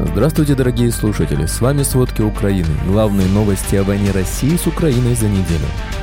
Здравствуйте, дорогие слушатели! С вами «Сводки Украины». Главные новости о войне России с Украиной за неделю.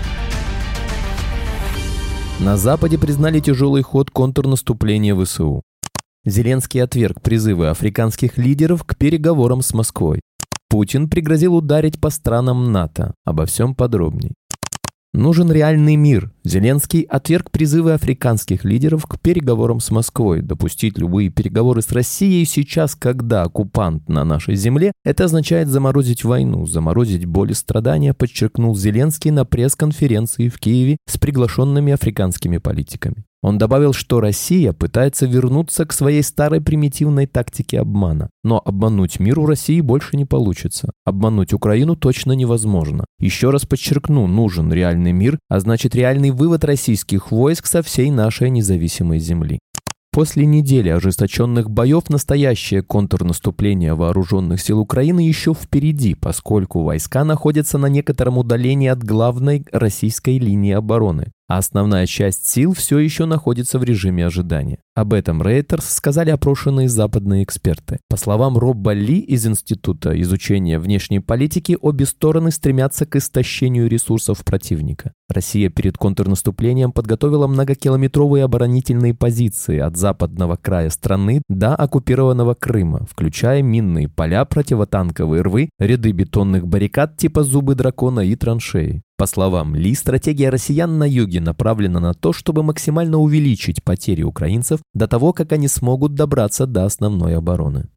На Западе признали тяжелый ход контрнаступления ВСУ. Зеленский отверг призывы африканских лидеров к переговорам с Москвой. Путин пригрозил ударить по странам НАТО. Обо всем подробней. Нужен реальный мир. Зеленский отверг призывы африканских лидеров к переговорам с Москвой. Допустить любые переговоры с Россией сейчас, когда оккупант на нашей земле, это означает заморозить войну, заморозить боль и страдания, подчеркнул Зеленский на пресс-конференции в Киеве с приглашенными африканскими политиками. Он добавил, что Россия пытается вернуться к своей старой примитивной тактике обмана. Но обмануть мир у России больше не получится. Обмануть Украину точно невозможно. Еще раз подчеркну, нужен реальный мир, а значит реальный вывод российских войск со всей нашей независимой земли. После недели ожесточенных боев настоящее контрнаступление вооруженных сил Украины еще впереди, поскольку войска находятся на некотором удалении от главной российской линии обороны, а основная часть сил все еще находится в режиме ожидания. Об этом Reuters сказали опрошенные западные эксперты. По словам Робба Ли из Института изучения внешней политики, обе стороны стремятся к истощению ресурсов противника. Россия перед контрнаступлением подготовила многокилометровые оборонительные позиции от западного края страны до оккупированного Крыма, включая минные поля, противотанковые рвы, ряды бетонных баррикад типа «Зубы дракона» и траншеи. По словам Ли, стратегия россиян на юге направлена на то, чтобы максимально увеличить потери украинцев до того, как они смогут добраться до основной обороны.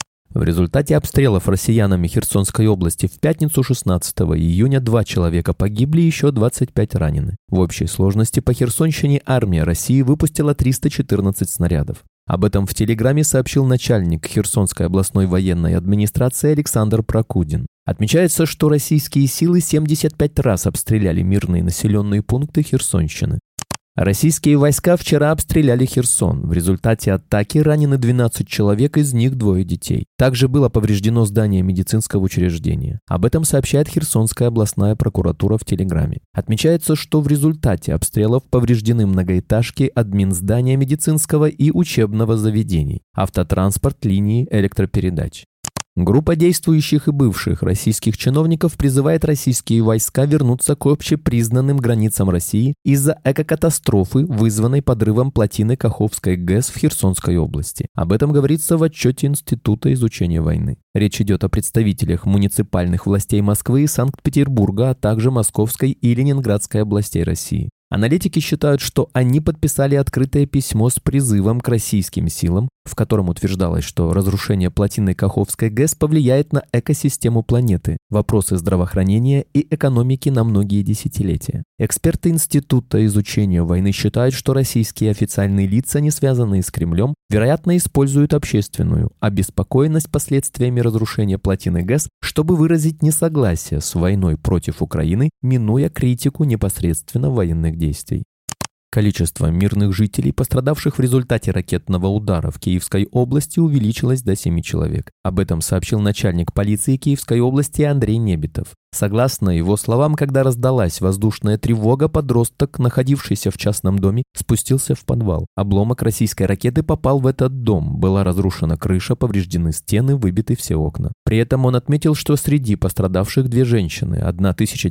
В результате обстрелов россиянами Херсонской области в пятницу 16 июня 2 человека погибли, еще 25 ранены. В общей сложности по Херсонщине армия России выпустила 314 снарядов. Об этом в Телеграме сообщил начальник Херсонской областной военной администрации Александр Прокудин. Отмечается, что российские силы 75 раз обстреляли мирные населенные пункты Херсонщины. Российские войска вчера обстреляли Херсон. В результате атаки ранены 12 человек, из них 2 детей. Также было повреждено здание медицинского учреждения. Об этом сообщает Херсонская областная прокуратура в Телеграме. Отмечается, что в результате обстрелов повреждены многоэтажки, админздания медицинского и учебного заведений, автотранспорт, линии электропередач. Группа действующих и бывших российских чиновников призывает российские войска вернуться к общепризнанным границам России из-за экокатастрофы, вызванной подрывом плотины Каховской ГЭС в Херсонской области. Об этом говорится в отчете Института изучения войны. Речь идет о представителях муниципальных властей Москвы и Санкт-Петербурга, а также Московской и Ленинградской областей России. Аналитики считают, что они подписали открытое письмо с призывом к российским силам, в котором утверждалось, что разрушение плотины Каховской ГЭС повлияет на экосистему планеты, вопросы здравоохранения и экономики на многие десятилетия. Эксперты Института изучения войны считают, что российские официальные лица, не связанные с Кремлем, вероятно, используют общественную обеспокоенность последствиями разрушения плотины ГЭС, чтобы выразить несогласие с войной против Украины, минуя критику непосредственно военных действий. Количество мирных жителей, пострадавших в результате ракетного удара в Киевской области, увеличилось до 7 человек. Об этом сообщил начальник полиции Киевской области Андрей Небитов. Согласно его словам, когда раздалась воздушная тревога, подросток, находившийся в частном доме, спустился в подвал. Обломок российской ракеты попал в этот дом. Была разрушена крыша, повреждены стены, выбиты все окна. При этом он отметил, что среди пострадавших 2 женщины. Одна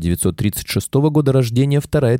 1936 года рождения, вторая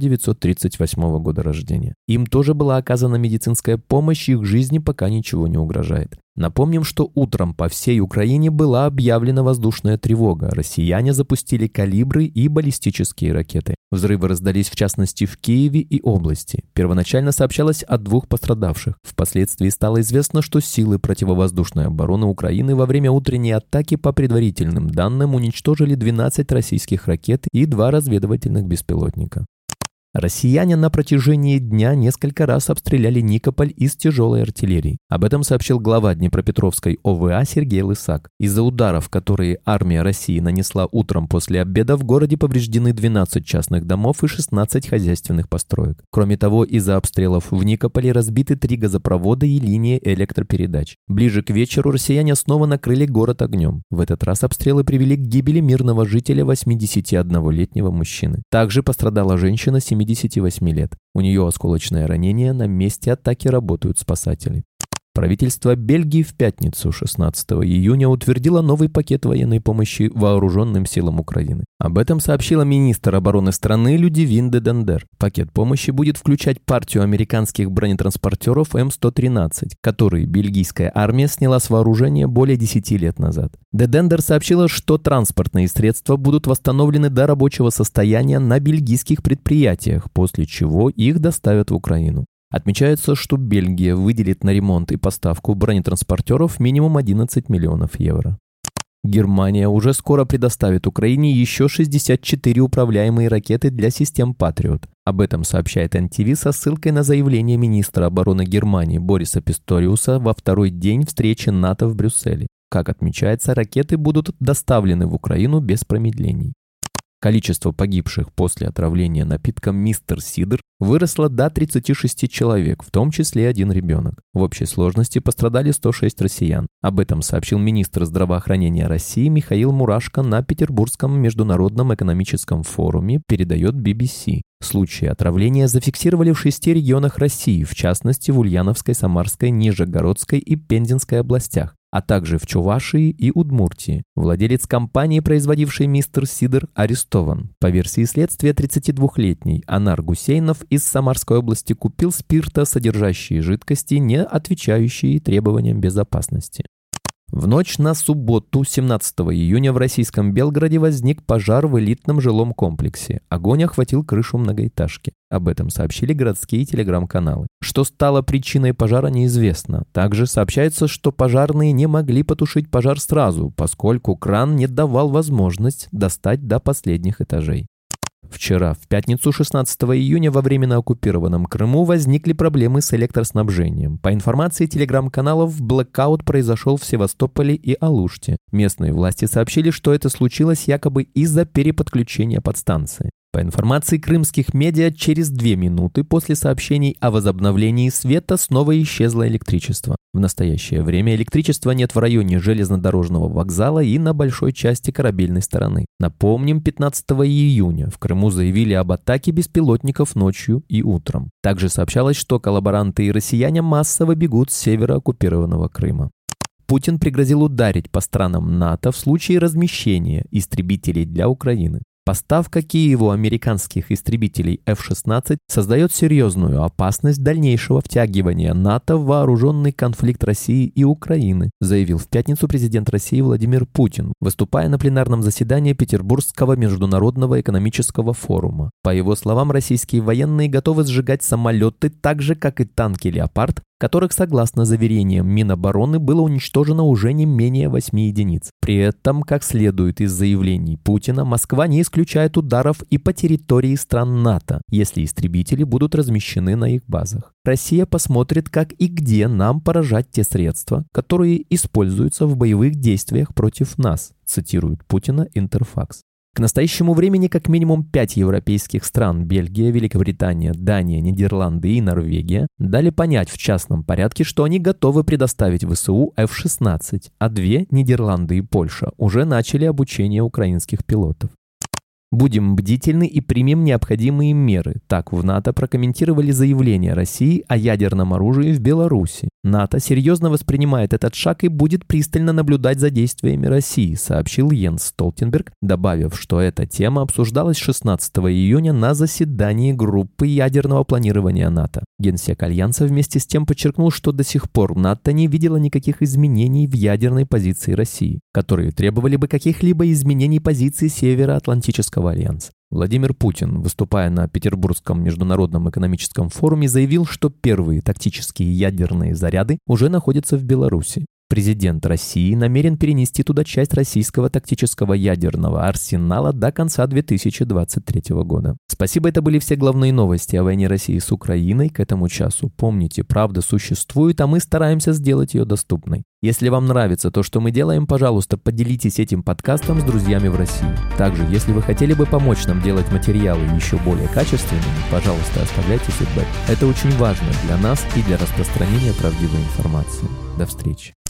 1938 года рождения. Им тоже была оказана медицинская помощь, их жизни пока ничего не угрожает. Напомним, что утром по всей Украине была объявлена воздушная тревога. Россияне запустили калибры и баллистические ракеты. Взрывы раздались в частности в Киеве и области. Первоначально сообщалось о 2 пострадавших. Впоследствии стало известно, что силы противовоздушной обороны Украины во время утренней атаки по предварительным данным уничтожили 12 российских ракет и 2 разведывательных беспилотника. Россияне на протяжении дня несколько раз обстреляли Никополь из тяжелой артиллерии. Об этом сообщил глава Днепропетровской ОВА Сергей Лысак. Из-за ударов, которые армия России нанесла утром после обеда, в городе повреждены 12 частных домов и 16 хозяйственных построек. Кроме того, из-за обстрелов в Никополе разбиты 3 газопровода и линии электропередач. Ближе к вечеру россияне снова накрыли город огнем. В этот раз обстрелы привели к гибели мирного жителя 81-летнего мужчины. Также пострадала женщина 78 лет. У нее осколочное ранение, на месте атаки работают спасатели. Правительство Бельгии в пятницу, 16 июня, утвердило новый пакет военной помощи вооруженным силам Украины. Об этом сообщила министр обороны страны Людивин де Дендер. Пакет помощи будет включать партию американских бронетранспортеров М113, которые бельгийская армия сняла с вооружения более 10 лет назад. Де Дендер сообщила, что транспортные средства будут восстановлены до рабочего состояния на бельгийских предприятиях, после чего их доставят в Украину. Отмечается, что Бельгия выделит на ремонт и поставку бронетранспортеров минимум 11 миллионов евро. Германия уже скоро предоставит Украине еще 64 управляемые ракеты для систем «Патриот». Об этом сообщает НТВ со ссылкой на заявление министра обороны Германии Бориса Писториуса во второй день встречи НАТО в Брюсселе. Как отмечается, ракеты будут доставлены в Украину без промедлений. Количество погибших после отравления напитком «Мистер Сидр» выросло до 36 человек, в том числе один ребенок. В общей сложности пострадали 106 россиян. Об этом сообщил министр здравоохранения России Михаил Мурашко на Петербургском международном экономическом форуме, передает BBC. Случаи отравления зафиксировали в 6 регионах России, в частности в Ульяновской, Самарской, Нижегородской и Пензенской областях, а также в Чувашии и Удмуртии. Владелец компании, производившей «Мистер Сидр», арестован. По версии следствия, 32-летний Анар Гусейнов из Самарской области купил спиртосодержащие жидкости, не отвечающие требованиям безопасности. В ночь на субботу, 17 июня, в российском Белгороде возник пожар в элитном жилом комплексе. Огонь охватил крышу многоэтажки. Об этом сообщили городские телеграм-каналы. Что стало причиной пожара, неизвестно. Также сообщается, что пожарные не могли потушить пожар сразу, поскольку кран не давал возможность достать до последних этажей. Вчера, в пятницу 16 июня, во временно оккупированном Крыму возникли проблемы с электроснабжением. По информации телеграм-каналов, блэкаут произошел в Севастополе и Алуште. Местные власти сообщили, что это случилось якобы из-за переподключения подстанции. По информации крымских медиа, через 2 минуты после сообщений о возобновлении света снова исчезло электричество. В настоящее время электричества нет в районе железнодорожного вокзала и на большой части корабельной стороны. Напомним, 15 июня в Крыму заявили об атаке беспилотников ночью и утром. Также сообщалось, что коллаборанты и россияне массово бегут с севера оккупированного Крыма. Путин пригрозил ударить по странам НАТО в случае размещения истребителей для Украины. Поставка Киеву американских истребителей F-16 создает серьезную опасность дальнейшего втягивания НАТО в вооруженный конфликт России и Украины, заявил в пятницу президент России Владимир Путин, выступая на пленарном заседании Петербургского международного экономического форума. По его словам, российские военные готовы сжигать самолеты так же, как и танки «Леопард», которых, согласно заверениям Минобороны, было уничтожено уже не менее 8 единиц. При этом, как следует из заявлений Путина, Москва не исключает ударов и по территории стран НАТО, если истребители будут размещены на их базах. Россия посмотрит, как и где нам поражать те средства, которые используются в боевых действиях против нас, цитирует Путина Интерфакс. К настоящему времени как минимум 5 европейских стран – Бельгия, Великобритания, Дания, Нидерланды и Норвегия – дали понять в частном порядке, что они готовы предоставить ВСУ F-16, а 2 – Нидерланды и Польша – уже начали обучение украинских пилотов. Будем бдительны и примем необходимые меры. Так в НАТО прокомментировали заявление России о ядерном оружии в Беларуси. НАТО серьезно воспринимает этот шаг и будет пристально наблюдать за действиями России, сообщил Йенс Столтенберг, добавив, что эта тема обсуждалась 16 июня на заседании группы ядерного планирования НАТО. Генсек Альянса вместе с тем подчеркнул, что до сих пор НАТО не видела никаких изменений в ядерной позиции России, которые требовали бы каких-либо изменений позиции Североатлантического альянса. Владимир Путин, выступая на Петербургском международном экономическом форуме, заявил, что первые тактические ядерные заряды уже находятся в Беларуси. Президент России намерен перенести туда часть российского тактического ядерного арсенала до конца 2023 года. Спасибо, это были все главные новости о войне России с Украиной к этому часу. Помните, правда существует, а мы стараемся сделать ее доступной. Если вам нравится то, что мы делаем, пожалуйста, поделитесь этим подкастом с друзьями в России. Также, если вы хотели бы помочь нам делать материалы еще более качественными, пожалуйста, оставляйте фидбэк. Это очень важно для нас и для распространения правдивой информации. До встречи.